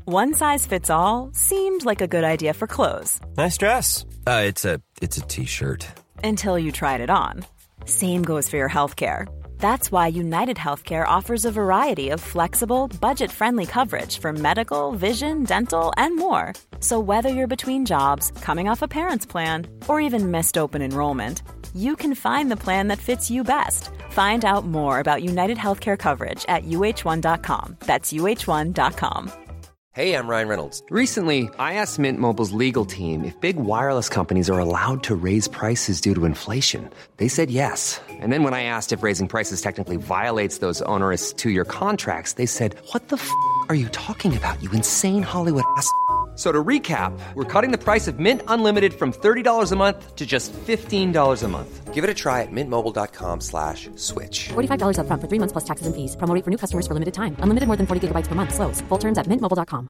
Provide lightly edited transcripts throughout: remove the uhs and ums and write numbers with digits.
One size fits all seemed like a good idea for clothes. Nice dress. It's a t-shirt. Until you tried it on. Same goes for your healthcare. That's why United Healthcare offers a variety of flexible, budget-friendly coverage for medical, vision, dental, and more. So whether you're between jobs, coming off a parent's plan, or even missed open enrollment, you can find the plan that fits you best. Find out more about United Healthcare coverage at uh1.com. That's uh1.com. Hey, I'm Ryan Reynolds. Recently, I asked Mint Mobile's legal team if big wireless companies are allowed to raise prices due to inflation. They said yes. And then when I asked if raising prices technically violates those onerous two-year contracts, they said, "What the f*** are you talking about, you insane Hollywood ass?" So to recap, we're cutting the price of Mint Unlimited from $30 a month to just $15 a month. Give it a try at mintmobile.com/switch. $45 up front for 3 months plus taxes and fees. Promo rate for new customers for limited time. Unlimited more than 40 gigabytes per month. Slows full terms at mintmobile.com.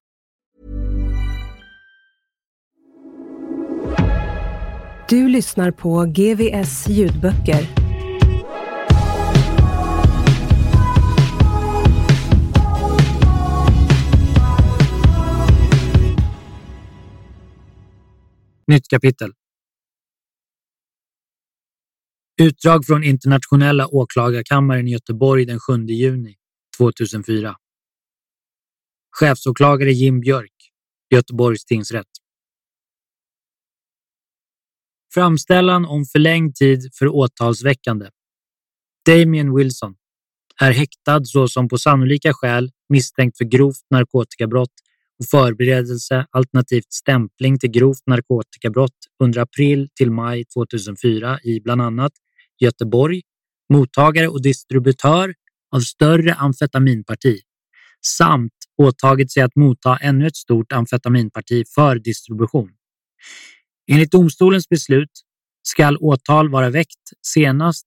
Du lyssnar på GVS ljudböcker. Nytt kapitel. Utdrag från Internationella åklagarkammaren i Göteborg den 7 juni 2004. Chefsåklagare Jim Björk, Göteborgs tingsrätt. Framställan om förlängd tid för åtalsväckande. Damien Wilson är häktad såsom på sannolika skäl misstänkt för grovt narkotikabrott och förberedelse alternativt stämpling till grovt narkotikabrott under april till maj 2004 i bland annat Göteborg, mottagare och distributör av större amfetaminparti, samt åtagit sig att motta ännu ett stort amfetaminparti för distribution. Enligt domstolens beslut ska åtal vara väckt senast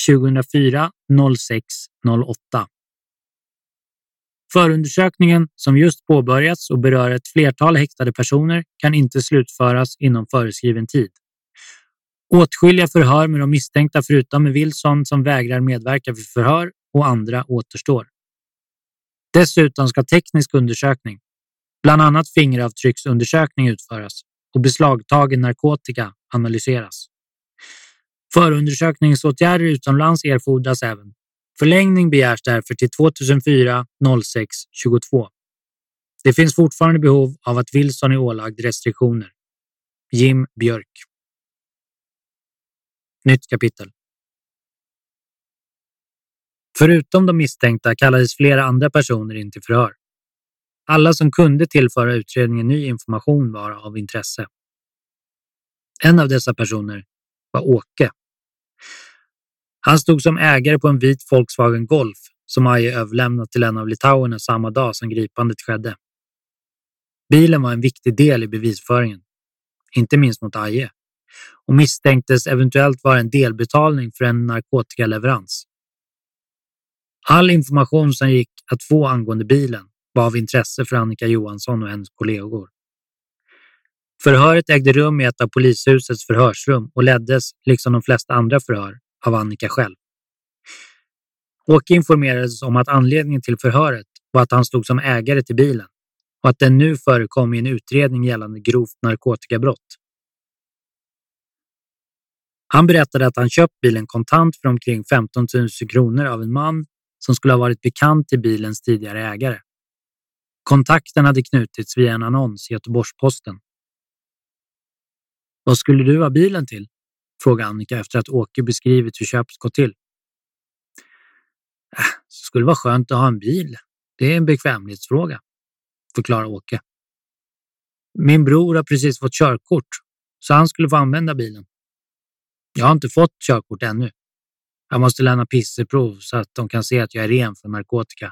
2004-06-08. Förundersökningen som just påbörjats och berör ett flertal häktade personer kan inte slutföras inom föreskriven tid. Åtskilliga förhör med de misstänkta förutom med Wilson som vägrar medverka vid förhör och andra återstår. Dessutom ska teknisk undersökning, bland annat fingeravtrycksundersökning utföras och beslagtagen narkotika analyseras. Förundersökningsåtgärder utomlands erfordras även. Förlängning begärs därför till 2004-06-22. Det finns fortfarande behov av att Wilson är ålagd restriktioner. Jim Björk. Nytt kapitel. Förutom de misstänkta kallades flera andra personer in till förhör. Alla som kunde tillföra utredningen ny information var av intresse. En av dessa personer var Åke. Han stod som ägare på en vit Volkswagen Golf som Aje överlämnat till en av litauerna samma dag som gripandet skedde. Bilen var en viktig del i bevisföringen, inte minst mot Aje, och misstänktes eventuellt vara en delbetalning för en narkotikaleverans. All information som gick att få angående bilen var av intresse för Annika Johansson och hennes kollegor. Förhöret ägde rum i ett av polishusets förhörsrum och leddes, liksom de flesta andra förhör, av Annika själv. Åke informerades om att anledningen till förhöret var att han stod som ägare till bilen och att den nu förekom i en utredning gällande grovt narkotikabrott. Han berättade att han köpt bilen kontant för omkring 15 000 kronor av en man som skulle ha varit bekant till bilens tidigare ägare. Kontakten hade knutits via en annons i Göteborgs-Posten. Vad skulle du ha bilen till? Frågade Annika efter att Åke beskrivit hur köpet gått till. Det skulle vara skönt att ha en bil. Det är en bekvämlighetsfråga, förklarar Åke. Min bror har precis fått körkort, så han skulle få använda bilen. Jag har inte fått körkort ännu. Jag måste lämna pisseprov så att de kan se att jag är ren för narkotika.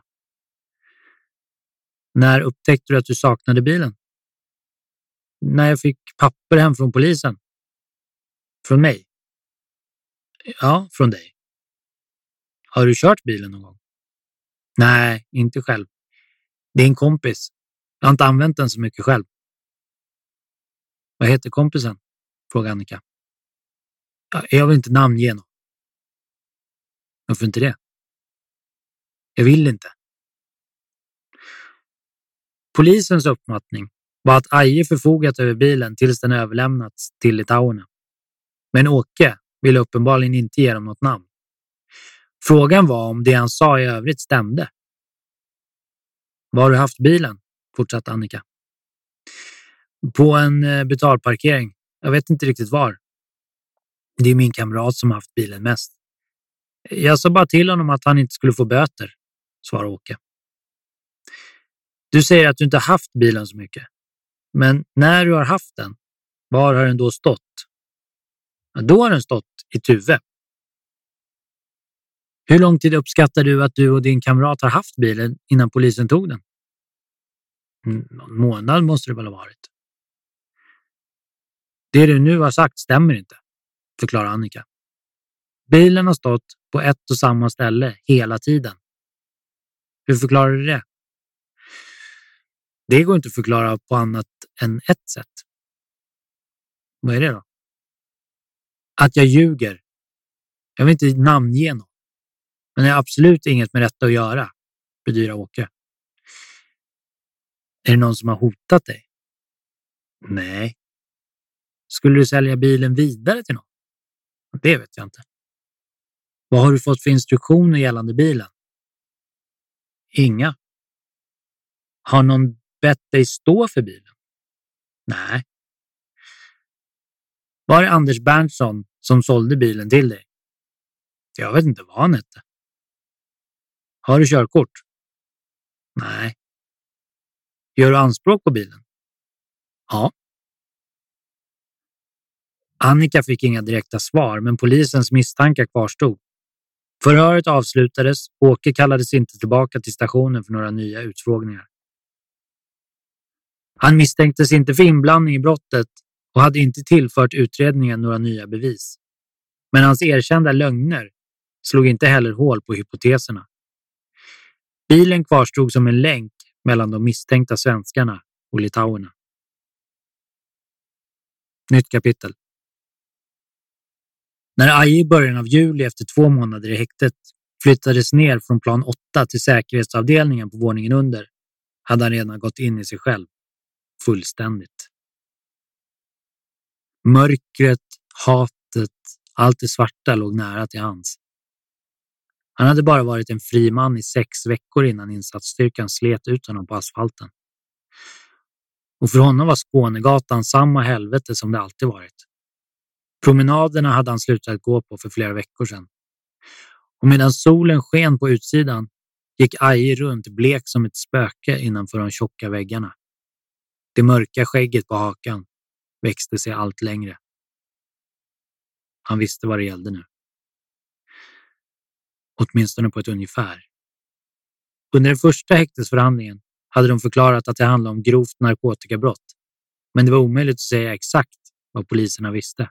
När upptäckte du att du saknade bilen? När jag fick papper hem från polisen. Från mig? Ja, från dig. Har du kört bilen någon gång? Nej, inte själv. Det är en kompis. Jag har inte använt den så mycket själv. Vad heter kompisen? Frågar Annika. Jag vill inte namnge någon. Varför inte det? Jag vill inte. Polisens uppfattning var att Aje förfogat över bilen tills den överlämnats till litauerna. Men Åke ville uppenbarligen inte ge dem något namn. Frågan var om det han sa i övrigt stämde. Var har du haft bilen? Fortsatte Annika. På en betalparkering. Jag vet inte riktigt var. Det är min kamrat som har haft bilen mest. Jag sa bara till honom att han inte skulle få böter, svarade Åke. Du säger att du inte har haft bilen så mycket. Men när du har haft den, var har den då stått? Ja, då har den stått i Tuve. Hur lång tid uppskattar du att du och din kamrat har haft bilen innan polisen tog den? Någon månad måste det väl ha varit. Det du nu har sagt stämmer inte, förklarar Annika. Bilen har stått på ett och samma ställe hela tiden. Hur förklarar du det? Det går inte att förklara på annat än ett sätt. Vad är det då? Att jag ljuger. Jag vill inte namnge någon. Men det är absolut inget med detta att göra, bedyrar Åke. Är det någon som har hotat dig? Nej. Skulle du sälja bilen vidare till någon? Det vet jag inte. Vad har du fått för instruktioner gällande bilen? Inga. Har någon bett dig stå för bilen? Nej. Var är Anders Berntsson som sålde bilen till dig? Jag vet inte vad han hette. Har du körkort? Nej. Gör du anspråk på bilen? Ja. Annika fick inga direkta svar, men polisens misstankar kvarstod. Förhöret avslutades. Åke kallades inte tillbaka till stationen för några nya utfrågningar. Han misstänktes inte för inblandning i brottet och hade inte tillfört utredningen några nya bevis. Men hans erkända lögner slog inte heller hål på hypoteserna. Bilen kvarstod som en länk mellan de misstänkta svenskarna och litauerna. Nytt kapitel. När Aje i början av juli efter 2 månader i häktet flyttades ner från plan 8 till säkerhetsavdelningen på våningen under hade han redan gått in i sig själv. Fullständigt. Mörkret, hatet, allt det svarta låg nära till hands. Han hade bara varit en fri man i 6 veckor innan insatsstyrkan slet ut honom på asfalten. Och för honom var Skånegatan samma helvete som det alltid varit. Promenaderna hade han slutat gå på för flera veckor sedan. Och medan solen sken på utsidan gick Aje runt blek som ett spöke innanför de tjocka väggarna. Det mörka skägget på hakan växte sig allt längre. Han visste vad det gällde nu. Åtminstone på ett ungefär. Under den första häktesförhandlingen hade de förklarat att det handlade om grovt narkotikabrott. Men det var omöjligt att säga exakt vad poliserna visste.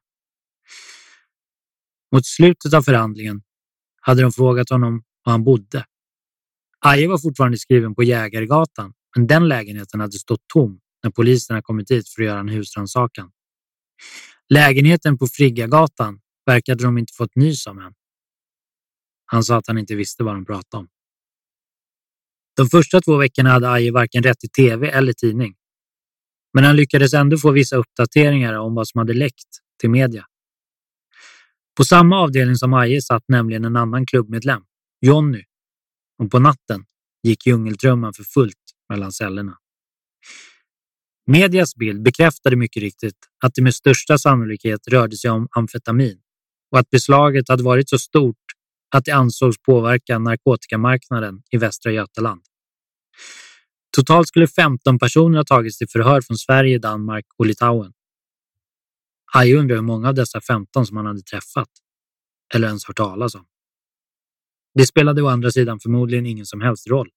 Mot slutet av förhandlingen hade de frågat honom var han bodde. Aje var fortfarande skriven på Jägargatan, men den lägenheten hade stått tom när poliserna kommit dit för att göra en husrannsakan. Lägenheten på Friggagatan verkade de inte fått nys om än. Han sa att han inte visste vad de pratade om. De första 2 veckorna hade Aje varken rätt till tv eller tidning. Men han lyckades ändå få vissa uppdateringar om vad som hade läckt till media. På samma avdelning som Aje satt nämligen en annan klubbmedlem, Jonny. Och på natten gick djungeltrumman för fullt mellan cellerna. Medias bild bekräftade mycket riktigt att det med största sannolikhet rörde sig om amfetamin och att beslaget hade varit så stort att det ansågs påverka narkotikamarknaden i Västra Götaland. Totalt skulle 15 personer ha tagits till förhör från Sverige, Danmark och Litauen. Aje undrar hur många av dessa 15 som han hade träffat eller ens hört talas om. Det spelade å andra sidan förmodligen ingen som helst roll.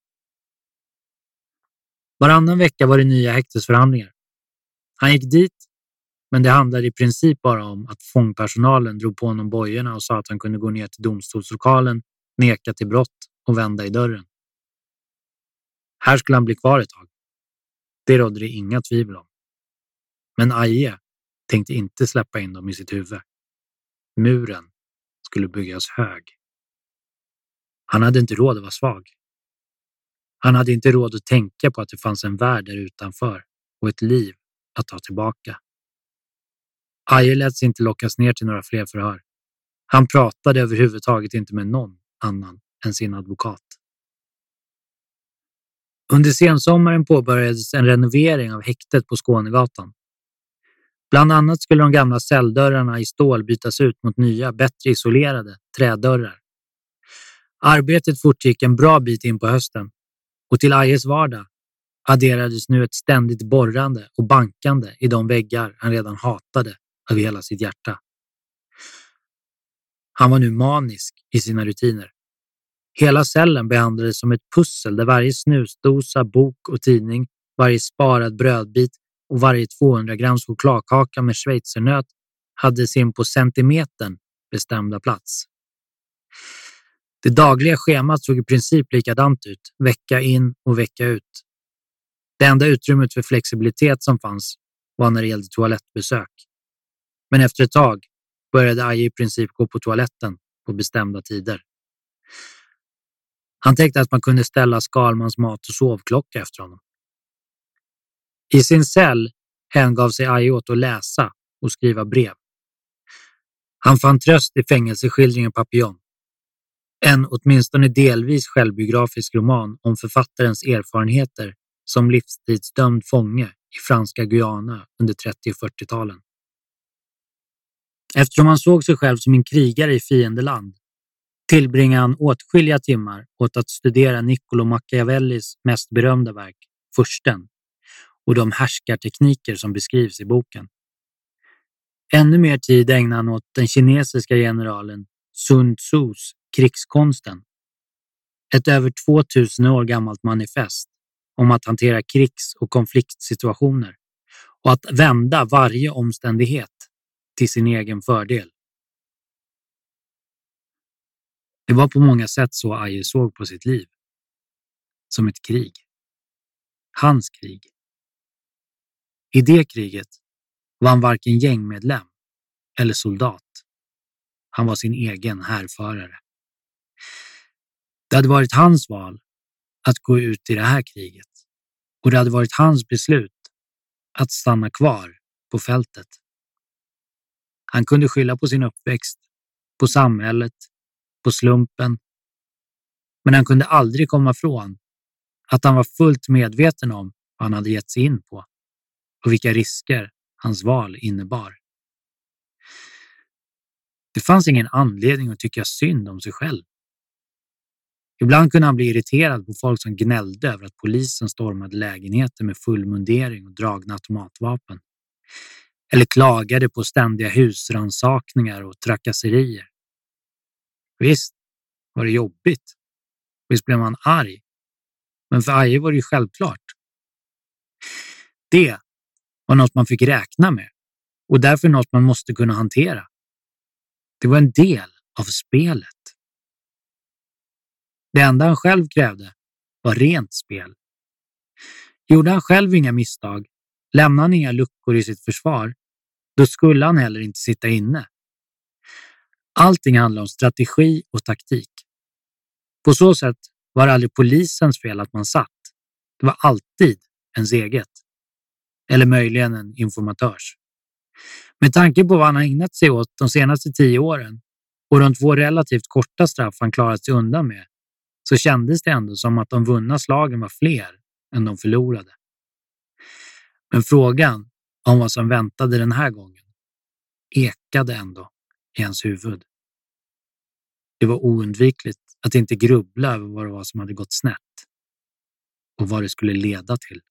Varannan vecka var det nya häktesförhandlingar. Han gick dit, men det handlade i princip bara om att fångpersonalen drog på honom bojorna och sa att han kunde gå ner till domstolslokalen, neka till brott och vända i dörren. Här skulle han bli kvar ett tag. Det rådde det inga tvivel om. Men Aje tänkte inte släppa in dem i sitt huvud. Muren skulle byggas hög. Han hade inte råd att vara svag. Han hade inte råd att tänka på att det fanns en värld där utanför och ett liv att ta tillbaka. Aje lät sig inte lockas ner till några fler förhör. Han pratade överhuvudtaget inte med någon annan än sin advokat. Under sensommaren påbörjades en renovering av häktet på Skånegatan. Bland annat skulle de gamla celldörrarna i stål bytas ut mot nya, bättre isolerade trädörrar. Arbetet fortgick en bra bit in på hösten och till Ajes vardag adderades nu ett ständigt borrande och bankande i de väggar han redan hatade av hela sitt hjärta. Han var nu manisk i sina rutiner. Hela cellen behandlades som ett pussel där varje snusdosa, bok och tidning, varje sparad brödbit och varje 200 grams chokladkaka med schweizernöt hade sin på centimetern bestämda plats. Det dagliga schemat såg i princip likadant ut, vecka in och vecka ut. Det enda utrymmet för flexibilitet som fanns var när det gällde toalettbesök. Men efter ett tag började Aje i princip gå på toaletten på bestämda tider. Han tänkte att man kunde ställa Skalmans mat- och sovklocka efter honom. I sin cell hängav sig Aje åt att läsa och skriva brev. Han fann tröst i fängelseskildringen Papillon. En åtminstone delvis självbiografisk roman om författarens erfarenheter som livstidsdömd fånge i franska Guyana under 30- och 40-talen. Eftersom han såg sig själv som en krigare i fiendeland tillbringade han åtskilliga timmar åt att studera Niccolo Machiavellis mest berömda verk, Fursten, och de härskartekniker som beskrivs i boken. Ännu mer tid ägnade han åt den kinesiska generalen Sun Tzus krigskonsten. Ett över 2000 år gammalt manifest om att hantera krigs- och konfliktsituationer och att vända varje omständighet till sin egen fördel. Det var på många sätt så Aje såg på sitt liv. Som ett krig. Hans krig. I det kriget var han varken gängmedlem eller soldat. Han var sin egen härförare. Det hade varit hans val att gå ut i det här kriget och det hade varit hans beslut att stanna kvar på fältet. Han kunde skylla på sin uppväxt, på samhället, på slumpen. Men han kunde aldrig komma ifrån att han var fullt medveten om vad han hade gett sig in på och vilka risker hans val innebar. Det fanns ingen anledning att tycka synd om sig själv. Ibland kunde han bli irriterad på folk som gnällde över att polisen stormade lägenheter med full mundering och dragna automatvapen. Eller klagade på ständiga husransakningar och trakasserier. Visst var det jobbigt. Visst blev man arg. Men för Aje var det ju självklart. Det var något man fick räkna med och därför något man måste kunna hantera. Det var en del av spelet. Det enda han själv krävde var rent spel. Gjorde han själv inga misstag, lämnade han inga luckor i sitt försvar, då skulle han heller inte sitta inne. Allting handlar om strategi och taktik. På så sätt var det aldrig polisens fel att man satt. Det var alltid ens eget. Eller möjligen en informatörs. Med tanke på vad han har ägnat sig åt de senaste 10 åren och de 2 relativt korta straff han klarat sig undan med, så kändes det ändå som att de vunna slagen var fler än de förlorade. Men frågan om vad som väntade den här gången ekade ändå i hans huvud. Det var oundvikligt att inte grubbla över vad det var som hade gått snett och vad det skulle leda till.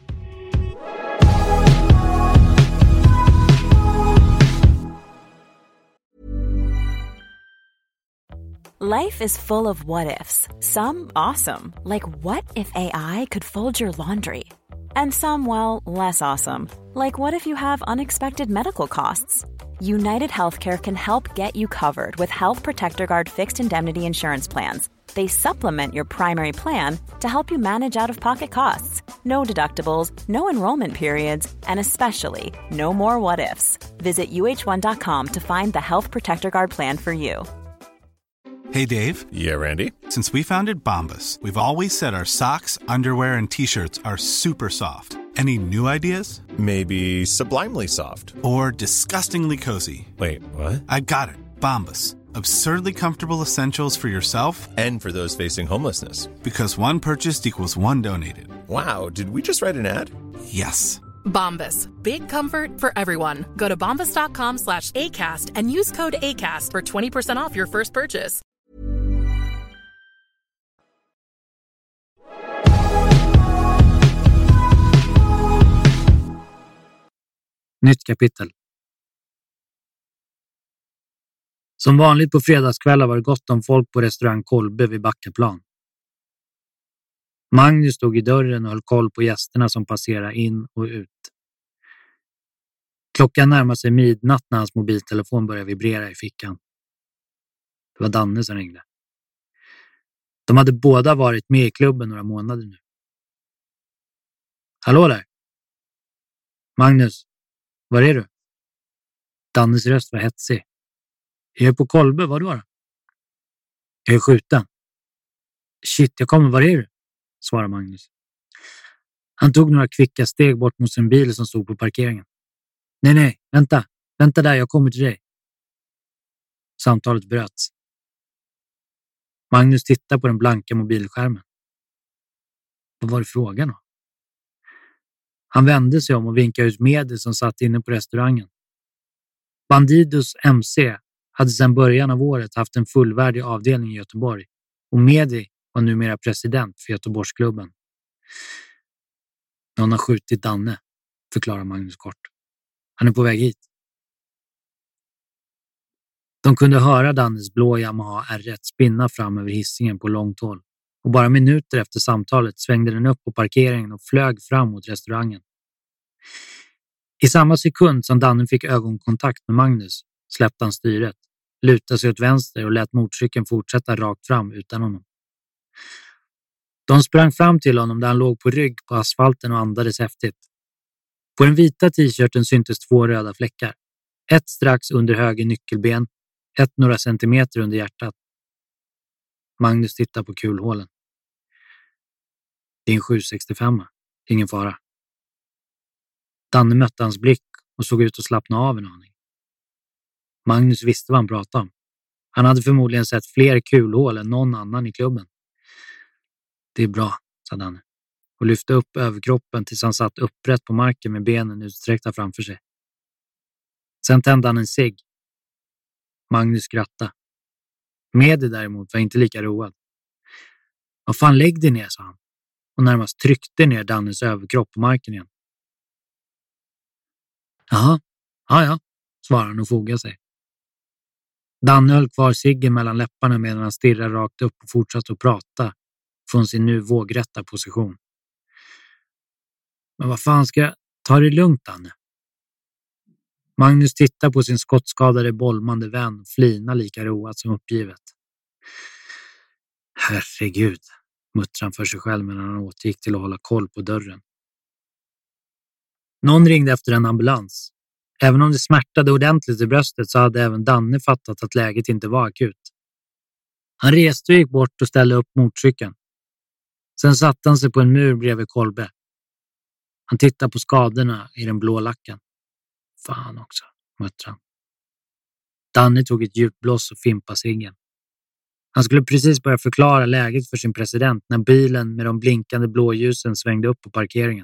Life is full of what-ifs. Some awesome, like what if AI could fold your laundry? And some, well, less awesome, like what if you have unexpected medical costs? United Healthcare can help get you covered with Health Protector Guard fixed indemnity insurance plans. They supplement your primary plan to help you manage out-of-pocket costs. No deductibles, no enrollment periods, and especially no more what-ifs. Visit uh1.com to find the Health Protector Guard plan for you. Hey, Dave. Yeah, Randy. Since we founded Bombas, we've always said our socks, underwear, and T-shirts are super soft. Any new ideas? Maybe sublimely soft. Or disgustingly cozy. Wait, what? I got it. Bombas. Absurdly comfortable essentials for yourself and for those facing homelessness. Because one purchased equals one donated. Wow, did we just write an ad? Yes. Bombas. Big comfort for everyone. Go to bombas.com/ACAST and use code ACAST for 20% off your first purchase. Nytt kapitel. Som vanligt på fredagskvällar var det gott om folk på restaurang Kolbe vid Backaplan. Magnus stod i dörren och höll koll på gästerna som passerade in och ut. Klockan närmade sig midnatt när hans mobiltelefon började vibrera i fickan. Det var Danne som ringde. De hade båda varit med i klubben några månader nu. Hallå där? Magnus, var är du? Dannes röst var hetsig. Jag är på Kolbe, vad då? Jag är skjuten. Shit, jag kommer, var är du? Svarade Magnus. Han tog några kvicka steg bort mot sin bil som stod på parkeringen. Nej, vänta där, jag kommer till dig. Samtalet bröts. Magnus tittade på den blanka mobilskärmen. Vad var det frågan om? Han vände sig om och vinkade ut Medi som satt inne på restaurangen. Bandidos MC hade sedan början av året haft en fullvärdig avdelning i Göteborg och Medi var numera president för Göteborgsklubben. Någon har skjutit Danne, förklarar Magnus kort. Han är på väg hit. De kunde höra Dannes blå Yamaha R1 spinna fram över hissingen på långt håll och bara minuter efter samtalet svängde den upp på parkeringen och flög fram mot restaurangen. I samma sekund som Danne fick ögonkontakt med Magnus släppte han styret, lutade sig åt vänster och lät motorcykeln fortsätta rakt fram utan honom. De sprang fram till honom där han låg på rygg på asfalten och andades häftigt. På den vita t-shirten syntes 2 röda fläckar. Ett strax under höger nyckelben, ett några centimeter under hjärtat. Magnus tittar på kulhålen. Det är en 765, ingen fara. Danne mötte hans blick och såg ut att slappna av en aning. Magnus visste vad han pratade om. Han hade förmodligen sett fler kulhål än någon annan i klubben. Det är bra, sa Danne och lyfte upp överkroppen tills han satt upprätt på marken med benen utsträckta framför sig. Sen tände han en cigg. Magnus skrattade. Medi däremot var inte lika road. Vad fan, lägg dig ner, sa han och närmast tryckte ner Dannes överkropp på marken igen. Jaha, ja, svarade han och fogade sig. Danne höll kvar ciggen mellan läpparna medan han stirrade rakt upp och fortsatte att prata från sin nu vågrätta position. Men vad fan, ska jag ta det lugnt, Danne? Magnus tittar på sin skottskadade bolmande vän och flina lika roat som uppgivet. Herregud, muttrade han för sig själv medan han återgick till att hålla koll på dörren. Någon ringde efter en ambulans. Även om det smärtade ordentligt i bröstet så hade även Danne fattat att läget inte var akut. Han reste och gick bort och ställde upp motorcykeln. Sen satte han sig på en mur bredvid Kolbe. Han tittade på skadorna i den blå lacken. Fan också, muttrade han. Danne tog ett djupt blås och fimpade ciggen. Han skulle precis börja förklara läget för sin president när bilen med de blinkande blåljusen svängde upp på parkeringen.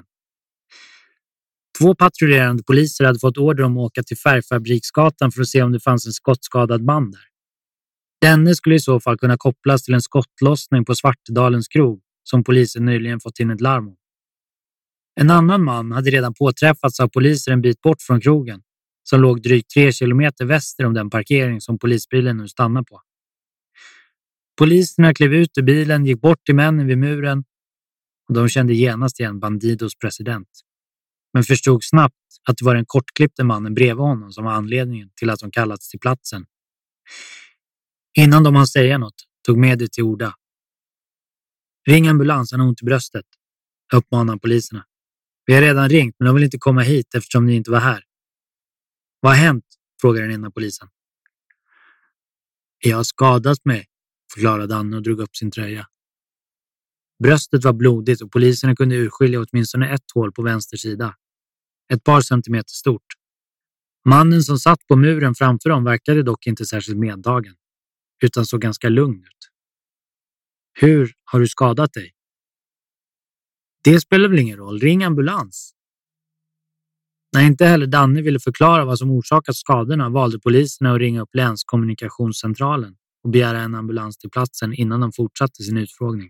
2 patrullerande poliser hade fått order om att åka till Färgfabriksgatan för att se om det fanns en skottskadad man där. Denne skulle i så fall kunna kopplas till en skottlossning på Svartedalens krog som polisen nyligen fått in ett larm om. En annan man hade redan påträffats av poliser en bit bort från krogen som låg drygt 3 kilometer väster om den parkering som polisbilen nu stannar på. Poliserna klev ut ur bilen, gick bort till männen vid muren och de kände genast igen Bandidos president. Men förstod snabbt att det var den kortklippte mannen bredvid honom som var anledningen till att de kallats till platsen. Innan de hann säga något tog Medi till orda. Ring ambulans, han har ont i bröstet, uppmanade poliserna. Vi har redan ringt men de vill inte komma hit eftersom ni inte var här. Vad har hänt? Frågade den ena polisen. Jag har skadat mig, förklarade Danne och drog upp sin tröja. Bröstet var blodigt och poliserna kunde urskilja åtminstone ett hål på vänster sida. Ett par centimeter stort. Mannen som satt på muren framför dem verkade dock inte särskilt medtagen, utan såg ganska lugn ut. Hur har du skadat dig? Det spelar väl ingen roll, ring ambulans. När inte heller Danne ville förklara vad som orsakat skadorna valde poliserna att ringa upp länskommunikationscentralen och begära en ambulans till platsen innan de fortsatte sin utfrågning.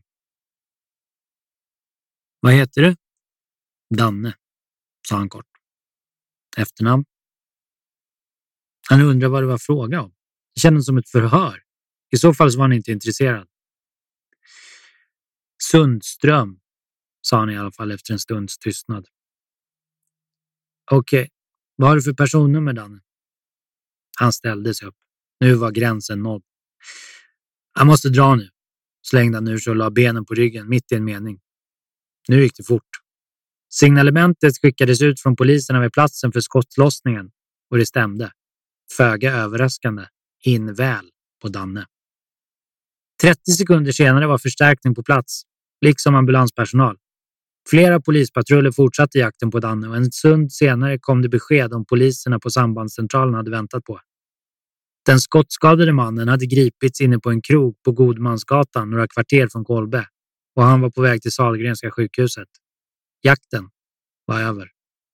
Vad heter du? Danne, sa han kort. Efternamn? Han undrade vad det var fråga om. Det kändes som ett förhör. I så fall så var han inte intresserad. Sundström, sa han i alla fall efter en stunds tystnad. Okej, vad har du för personnummer, Danne? Han ställde sig upp. Nu var gränsen nådd. Jag måste dra nu, slängde han ur sig och la benen på ryggen mitt i en mening. Nu gick det fort. Signalementet skickades ut från poliserna vid platsen för skottlossningen och det stämde. Föga överraskande, in väl på Danne. 30 sekunder senare var förstärkning på plats, liksom ambulanspersonal. Flera polispatruller fortsatte jakten på Danne och en stund senare kom det besked om poliserna på sambandscentralen hade väntat på. Den skottskadade mannen hade gripits inne på en krog på Godmansgatan några kvarter från Kolbe och han var på väg till Sahlgrenska sjukhuset. Jakten var över.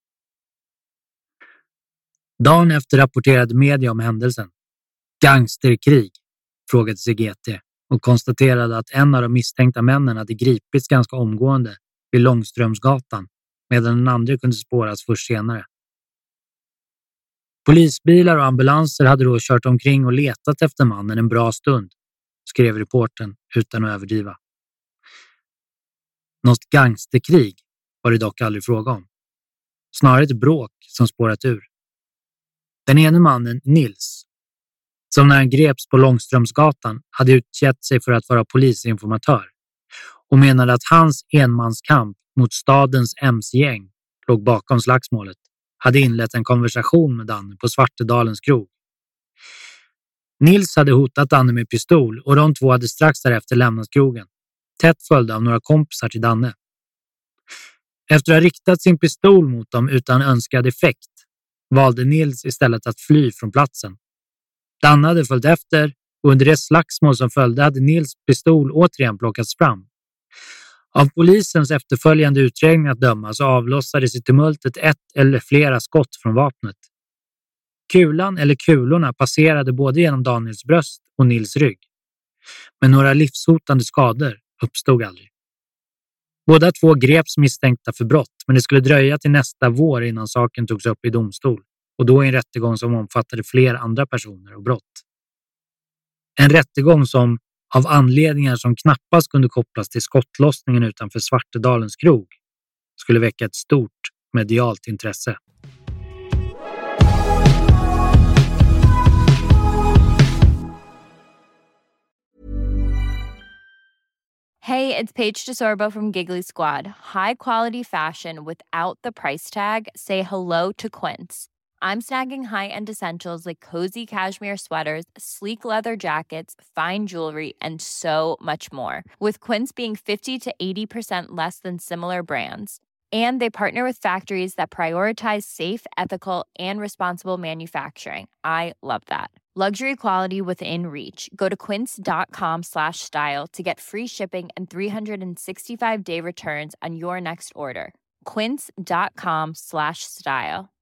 Dagen efter rapporterade media om händelsen. Gangsterkrig, frågade sig GT och konstaterade att en av de misstänkta männen hade gripits ganska omgående vid Långströmsgatan medan den andra kunde spåras först senare. Polisbilar och ambulanser hade då kört omkring och letat efter mannen en bra stund, skrev reportern utan att överdriva. Något gangsterkrig var det dock aldrig fråga om. Snarare ett bråk som spårat ur. Den ene mannen, Nils, som när han greps på Långströmsgatan hade utgett sig för att vara polisinformatör och menade att hans enmanskamp mot stadens MC-gäng låg bakom slagsmålet, hade inlett en konversation med Danne på Svartedalens krog. Nils hade hotat Danne med pistol och de två hade strax därefter lämnat krogen, tätt följda av några kompisar till Danne. Efter att ha riktat sin pistol mot dem utan önskad effekt valde Nils istället att fly från platsen. Danne hade följt efter och under det slagsmål som följde hade Nils pistol återigen plockats fram. Av polisens efterföljande utredning att döma så avlossades i tumultet ett eller flera skott från vapnet. Kulan eller kulorna passerade både genom Daniels bröst och Nils rygg. Men några livshotande skador uppstod aldrig. Båda två greps misstänkta för brott, men det skulle dröja till nästa vår innan saken togs upp i domstol och då i en rättegång som omfattade fler andra personer och brott. En rättegång som av anledningar som knappast kunde kopplas till skottlossningen utanför Svartedalens krog skulle väcka ett stort medialt intresse. Hey, it's Paige DeSorbo from Giggly Squad. High quality fashion without the price tag. Say hello to Quince. I'm snagging high-end essentials like cozy cashmere sweaters, sleek leather jackets, fine jewelry, and so much more. With Quince being 50 to 80% less than similar brands. And they partner with factories that prioritize safe, ethical, and responsible manufacturing. I love that. Luxury quality within reach. Go to quince.com/style to get free shipping and 365-day returns on your next order. Quince.com/style.